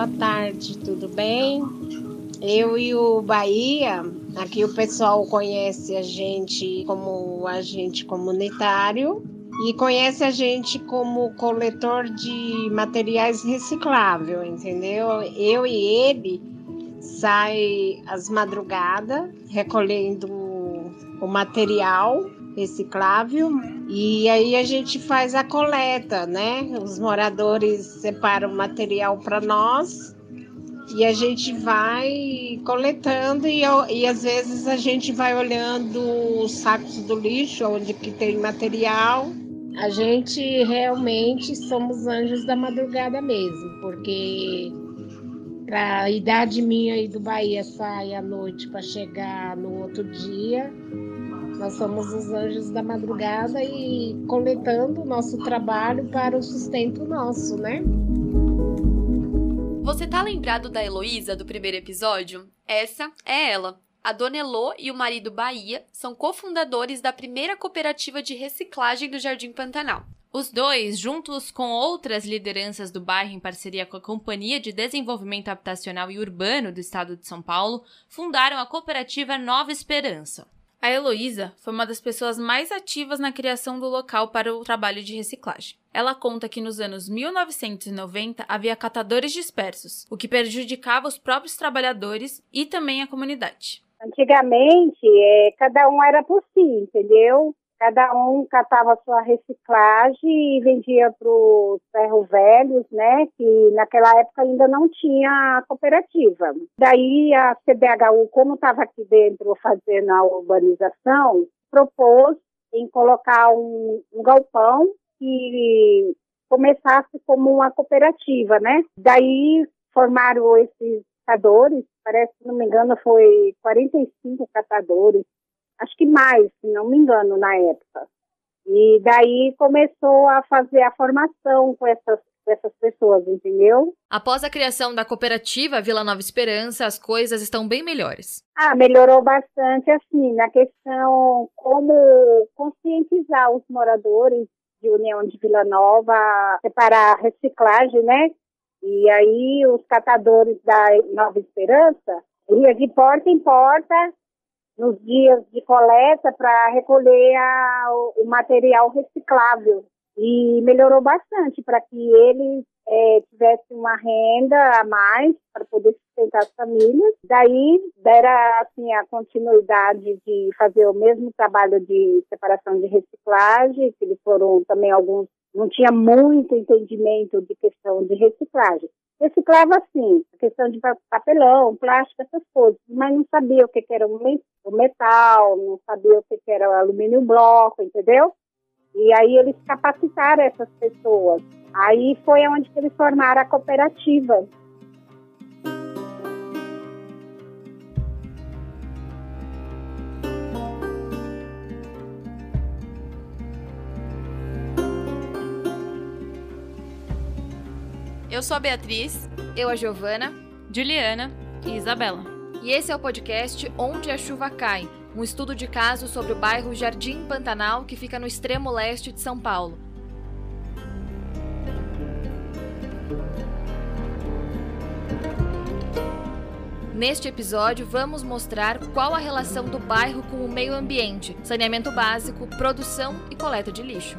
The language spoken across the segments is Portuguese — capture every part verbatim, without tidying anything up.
boa tarde, tudo bem? Eu e o Bahia, aqui o pessoal conhece a gente como agente comunitário e conhece a gente como coletor de materiais recicláveis, entendeu? Eu e ele sai às madrugadas recolhendo o material reciclável e aí a gente faz a coleta, né? Os moradores separam o material para nós e a gente vai coletando e, e às vezes a gente vai olhando os sacos do lixo onde que tem material. A gente realmente somos anjos da madrugada mesmo, porque para a idade minha e do Bahia sai à noite para chegar no outro dia. Nós somos os anjos da madrugada e coletando o nosso trabalho para o sustento nosso, né? Você tá lembrado da Heloísa do primeiro episódio? Essa é ela. A Dona Elô e o marido Bahia são cofundadores da primeira cooperativa de reciclagem do Jardim Pantanal. Os dois, juntos com outras lideranças do bairro em parceria com a Companhia de Desenvolvimento Habitacional e Urbano do Estado de São Paulo, fundaram a cooperativa Nova Esperança. A Heloísa foi uma das pessoas mais ativas na criação do local para o trabalho de reciclagem. Ela conta que nos anos mil novecentos e noventa havia catadores dispersos, o que prejudicava os próprios trabalhadores e também a comunidade. Antigamente, é, cada um era por si, entendeu? Cada um catava a sua reciclagem e vendia para os ferro-velhos, né? Que naquela época ainda não tinha cooperativa. Daí a C D H U, como estava aqui dentro fazendo a urbanização, propôs em colocar um, um galpão que começasse como uma cooperativa, né? Daí formaram esses catadores, parece, se não me engano, foi quarenta e cinco catadores. Acho que mais, se não me engano, na época. E daí começou a fazer a formação com essas, com essas pessoas, entendeu? Após a criação da cooperativa Vila Nova Esperança, as coisas estão bem melhores. Ah, melhorou bastante, assim, na questão como conscientizar os moradores de União de Vila Nova, separar a reciclagem, né? E aí os catadores da Nova Esperança iam de porta em porta nos dias de coleta para recolher a, o material reciclável. E melhorou bastante para que eles é, tivessem uma renda a mais para poder sustentar as famílias. Daí, dera assim, a continuidade de fazer o mesmo trabalho de separação de reciclagem, que eles foram também alguns, não tinha muito entendimento de questão de reciclagem. Reciclava, sim, a questão de papelão, plástico, essas coisas, mas não sabia o que era o metal, não sabia o que era o alumínio bloco, entendeu? E aí eles capacitaram essas pessoas. Aí foi onde eles formaram a cooperativa. Eu sou a Beatriz. Eu a Giovana, Juliana e Isabela. E esse é o podcast Onde a Chuva Cai, um estudo de caso sobre o bairro Jardim Pantanal, que fica no extremo leste de São Paulo. Neste episódio, vamos mostrar qual a relação do bairro com o meio ambiente, saneamento básico, produção e coleta de lixo.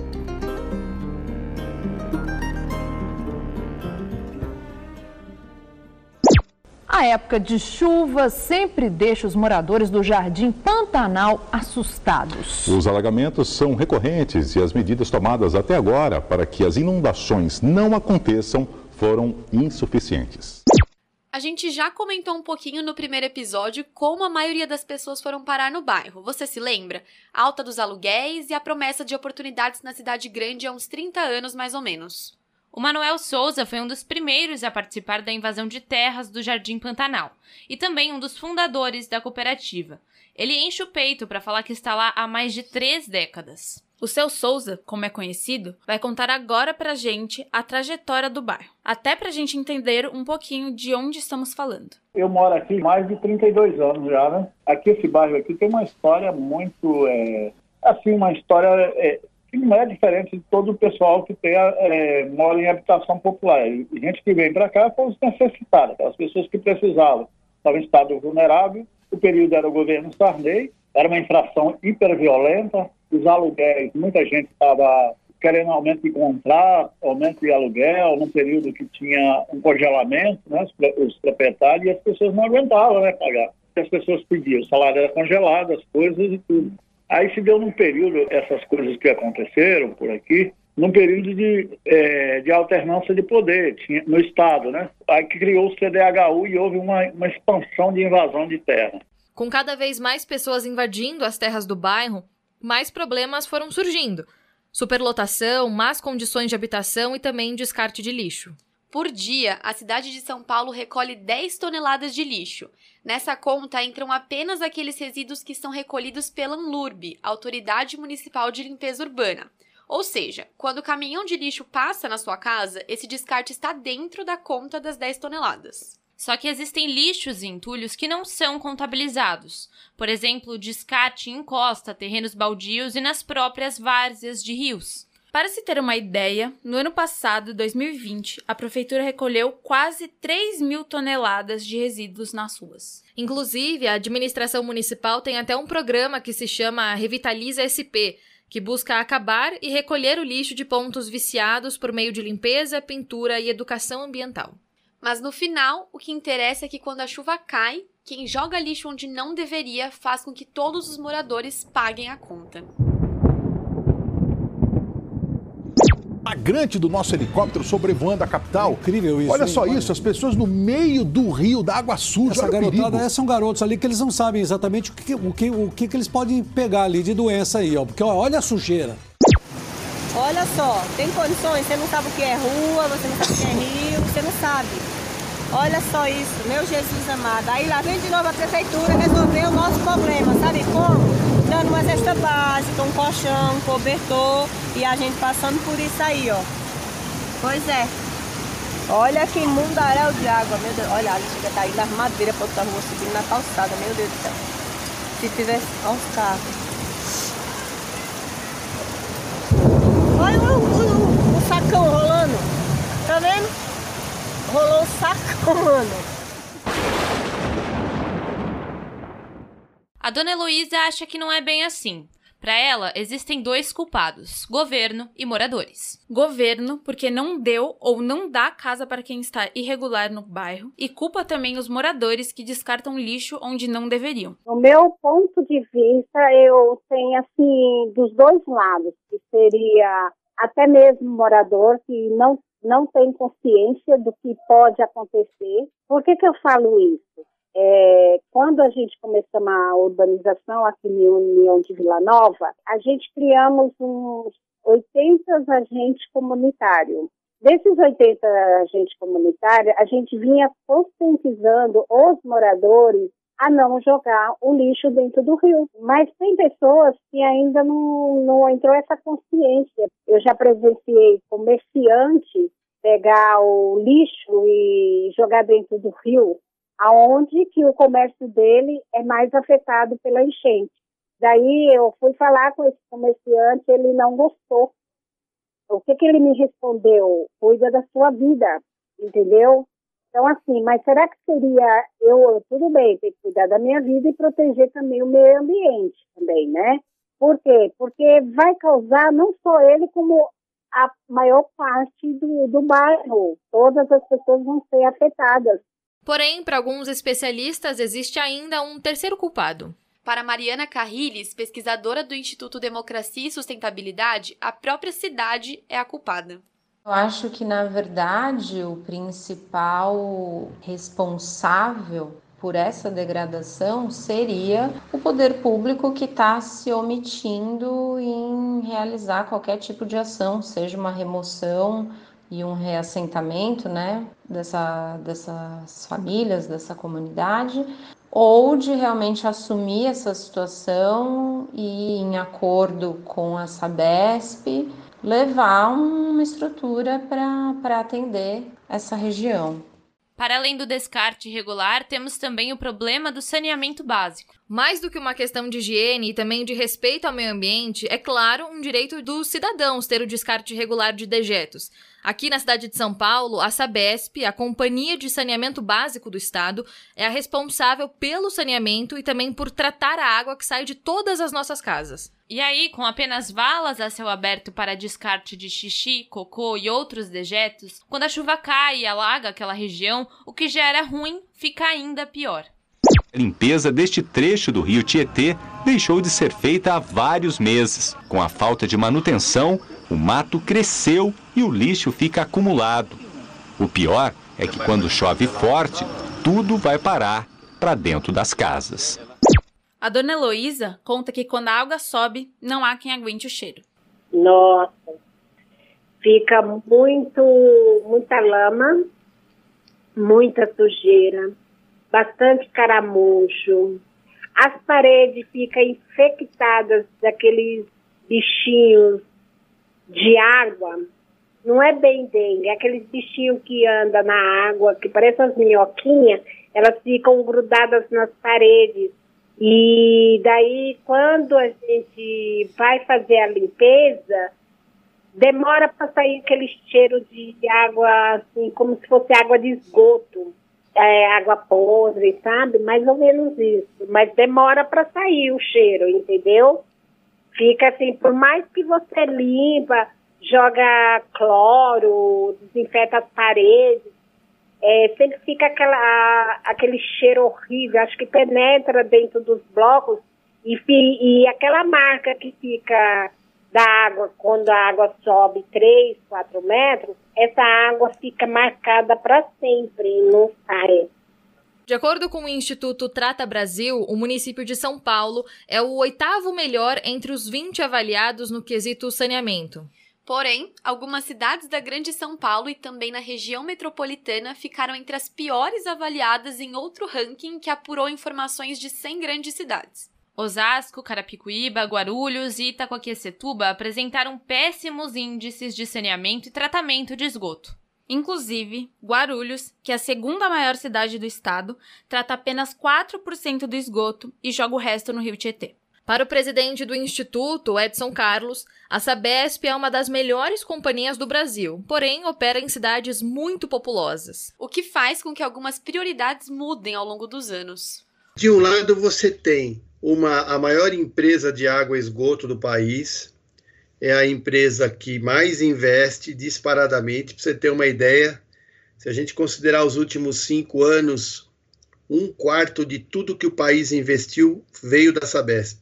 A época de chuva sempre deixa os moradores do Jardim Pantanal assustados. Os alagamentos são recorrentes e as medidas tomadas até agora para que as inundações não aconteçam foram insuficientes. A gente já comentou um pouquinho no primeiro episódio como a maioria das pessoas foram parar no bairro. Você se lembra? A alta dos aluguéis e a promessa de oportunidades na cidade grande há uns trinta anos mais ou menos. O Manuel Souza foi um dos primeiros a participar da invasão de terras do Jardim Pantanal e também um dos fundadores da cooperativa. Ele enche o peito para falar que está lá há mais de três décadas. O seu Souza, como é conhecido, vai contar agora pra gente a trajetória do bairro, até pra gente entender um pouquinho de onde estamos falando. Eu moro aqui há mais de trinta e dois anos já, né? Aqui, esse bairro aqui tem uma história muito, é, assim, uma história é, que não é diferente de todo o pessoal que tem, é, mora em habitação popular. E gente que vem para cá foram os necessitados, aquelas pessoas que precisavam, estavam em estado vulnerável. O período era o governo Sarney, era uma infração hiperviolenta, os aluguéis, muita gente estava querendo aumento de contrato, aumento de aluguel, num período que tinha um congelamento, né, os, os proprietários, e as pessoas não aguentavam, né, pagar. As pessoas pediam, o salário era congelado, as coisas e tudo. Aí se deu num período, essas coisas que aconteceram por aqui, num período de, é, de alternância de poder tinha, no Estado, né? Aí que criou o C D H U e houve uma, uma expansão de invasão de terra. Com cada vez mais pessoas invadindo as terras do bairro, mais problemas foram surgindo. Superlotação, más condições de habitação e também descarte de lixo. Por dia, a cidade de São Paulo recolhe dez toneladas de lixo. Nessa conta entram apenas aqueles resíduos que são recolhidos pela ANLURB, Autoridade Municipal de Limpeza Urbana. Ou seja, quando o caminhão de lixo passa na sua casa, esse descarte está dentro da conta das dez toneladas. Só que existem lixos e entulhos que não são contabilizados. Por exemplo, descarte em encosta, terrenos baldios e nas próprias várzeas de rios. Para se ter uma ideia, no ano passado, dois mil e vinte, a prefeitura recolheu quase três mil toneladas de resíduos nas ruas. Inclusive, a administração municipal tem até um programa que se chama Revitaliza S P, que busca acabar e recolher o lixo de pontos viciados por meio de limpeza, pintura e educação ambiental. Mas no final, o que interessa é que quando a chuva cai, quem joga lixo onde não deveria faz com que todos os moradores paguem a conta. Flagrante do nosso helicóptero sobrevoando a capital. Incrível isso. Olha hein? só Olha. isso, as pessoas no meio do rio, da água suja. Essa Olha o garotada, perigo. são garotos ali que eles não sabem exatamente o que, o que, o que, que eles podem pegar ali de doença aí, ó. Porque ó, olha a sujeira. Olha só, tem condições, você não sabe o que é rua, você não sabe o que é rio, você não sabe. Olha só isso, meu Jesus amado. Aí lá vem de novo a prefeitura resolver o nosso problema, sabe como? Dando uma cesta básica, um colchão, um cobertor e a gente passando por isso aí, ó. Pois é. Olha que mundaréu de água, meu Deus. Olha, ali chega tá aí nas madeiras pra outra rua, subindo na calçada, meu Deus do céu. Se tivesse, olha os carros. Olha o, o, o sacão rolando, tá vendo? Rolou o sacão, mano. A dona Heloísa acha que não é bem assim. Para ela, existem dois culpados, governo e moradores. Governo, porque não deu ou não dá casa para quem está irregular no bairro, e culpa também os moradores que descartam lixo onde não deveriam. No meu ponto de vista, eu tenho, assim, dos dois lados, que seria até mesmo morador que não, não tem consciência do que pode acontecer. Por que que eu falo isso? É, quando a gente começou a urbanização aqui em União de Vila Nova, a gente criamos uns oitenta agentes comunitários. Desses oitenta agentes comunitários, a gente vinha conscientizando os moradores a não jogar o lixo dentro do rio. Mas tem pessoas que ainda não, não entrou essa consciência. Eu já presenciei comerciante pegar o lixo e jogar dentro do rio, aonde que o comércio dele é mais afetado pela enchente. Daí eu fui falar com esse comerciante, ele não gostou. O que que ele me respondeu? Cuida da sua vida, entendeu? Então, assim, mas será que seria, eu, tudo bem, tem que cuidar da minha vida e proteger também o meio ambiente também, né? Por quê? Porque vai causar não só ele, como a maior parte do, do bairro. Todas as pessoas vão ser afetadas. Porém, para alguns especialistas, existe ainda um terceiro culpado. Para Mariana Carriles, pesquisadora do Instituto Democracia e Sustentabilidade, a própria cidade é a culpada. Eu acho que, na verdade, o principal responsável por essa degradação seria o poder público que está se omitindo em realizar qualquer tipo de ação, seja uma remoção e um reassentamento, né, dessa, dessas famílias, dessa comunidade, ou de realmente assumir essa situação e, em acordo com a Sabesp, levar uma estrutura para atender essa região. Para além do descarte irregular, temos também o problema do saneamento básico. Mais do que uma questão de higiene e também de respeito ao meio ambiente, é claro, um direito dos cidadãos ter o descarte regular de dejetos. Aqui na cidade de São Paulo, a Sabesp, a Companhia de Saneamento Básico do Estado, é a responsável pelo saneamento e também por tratar a água que sai de todas as nossas casas. E aí, com apenas valas a céu aberto para descarte de xixi, cocô e outros dejetos, quando a chuva cai e alaga aquela região, o que já era ruim fica ainda pior. A limpeza deste trecho do rio Tietê deixou de ser feita há vários meses. Com a falta de manutenção, o mato cresceu e o lixo fica acumulado. O pior é que quando chove forte, tudo vai parar para dentro das casas. A dona Heloísa conta que quando a água sobe, não há quem aguente o cheiro. Nossa, fica muito, muita lama, muita sujeira, bastante caramujo. As paredes ficam infectadas daqueles bichinhos de água. Não é bem dengue, é aqueles bichinhos que andam na água, que parecem as minhoquinhas, elas ficam grudadas nas paredes. E daí, quando a gente vai fazer a limpeza, demora para sair aquele cheiro de água, assim, como se fosse água de esgoto. É, água podre, sabe? Mais ou menos isso. Mas demora para sair o cheiro, entendeu? Fica assim, por mais que você limpa, joga cloro, desinfeta as paredes, é, sempre fica aquela, aquele cheiro horrível, acho que penetra dentro dos blocos e, e aquela marca que fica da água, quando a água sobe três, quatro metros, essa água fica marcada para sempre e não sai. De acordo com o Instituto Trata Brasil, o município de São Paulo é o oitavo melhor entre os vinte avaliados no quesito saneamento. Porém, algumas cidades da Grande São Paulo e também na região metropolitana ficaram entre as piores avaliadas em outro ranking que apurou informações de cem grandes cidades. Osasco, Carapicuíba, Guarulhos e Itacoaquecetuba apresentaram péssimos índices de saneamento e tratamento de esgoto. Inclusive, Guarulhos, que é a segunda maior cidade do estado, trata apenas quatro por cento do esgoto e joga o resto no rio Tietê. Para o presidente do Instituto, Edson Carlos, a Sabesp é uma das melhores companhias do Brasil, porém opera em cidades muito populosas. O que faz com que algumas prioridades mudem ao longo dos anos. De um lado, você tem uma, a maior empresa de água e esgoto do país, é a empresa que mais investe disparadamente. Para você ter uma ideia, se a gente considerar os últimos cinco anos, um quarto de tudo que o país investiu veio da Sabesp.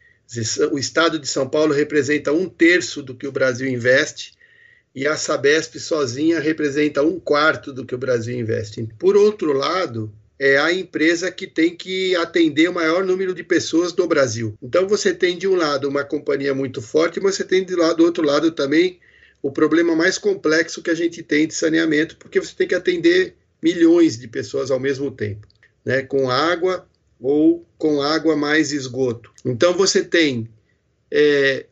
O estado de São Paulo representa um terço do que o Brasil investe e a Sabesp sozinha representa um quarto do que o Brasil investe. Por outro lado, é a empresa que tem que atender o maior número de pessoas do Brasil. Então você tem de um lado uma companhia muito forte, mas você tem de lado, do outro lado também o problema mais complexo que a gente tem de saneamento, porque você tem que atender milhões de pessoas ao mesmo tempo, né, com água ou com água mais esgoto. Então você tem é,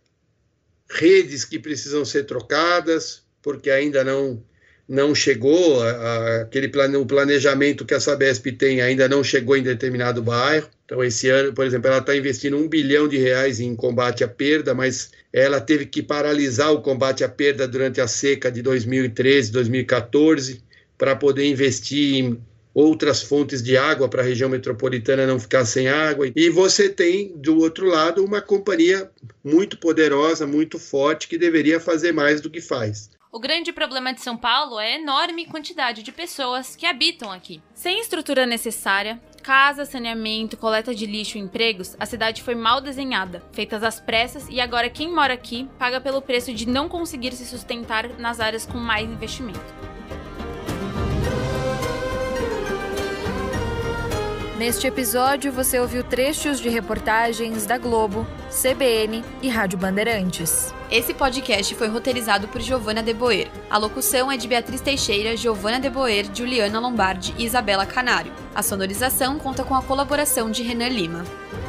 redes que precisam ser trocadas, porque ainda não, não chegou, a, a, aquele plane, o planejamento que a Sabesp tem ainda não chegou em determinado bairro. Então esse ano, por exemplo, ela está investindo um bilhão de reais em combate à perda, mas ela teve que paralisar o combate à perda durante a seca de dois mil e treze, dois mil e quatorze, para poder investir em outras fontes de água para a região metropolitana não ficar sem água. E você tem, do outro lado, uma companhia muito poderosa, muito forte, que deveria fazer mais do que faz. O grande problema de São Paulo é a enorme quantidade de pessoas que habitam aqui. Sem estrutura necessária, casa, saneamento, coleta de lixo e empregos, a cidade foi mal desenhada, feitas às pressas, e agora quem mora aqui paga pelo preço de não conseguir se sustentar nas áreas com mais investimento. Neste episódio, você ouviu trechos de reportagens da Globo, C B N e Rádio Bandeirantes. Esse podcast foi roteirizado por Giovana de Boer. A locução é de Beatriz Teixeira, Giovana de Boer, Juliana Lombardi e Isabela Canário. A sonorização conta com a colaboração de Renan Lima.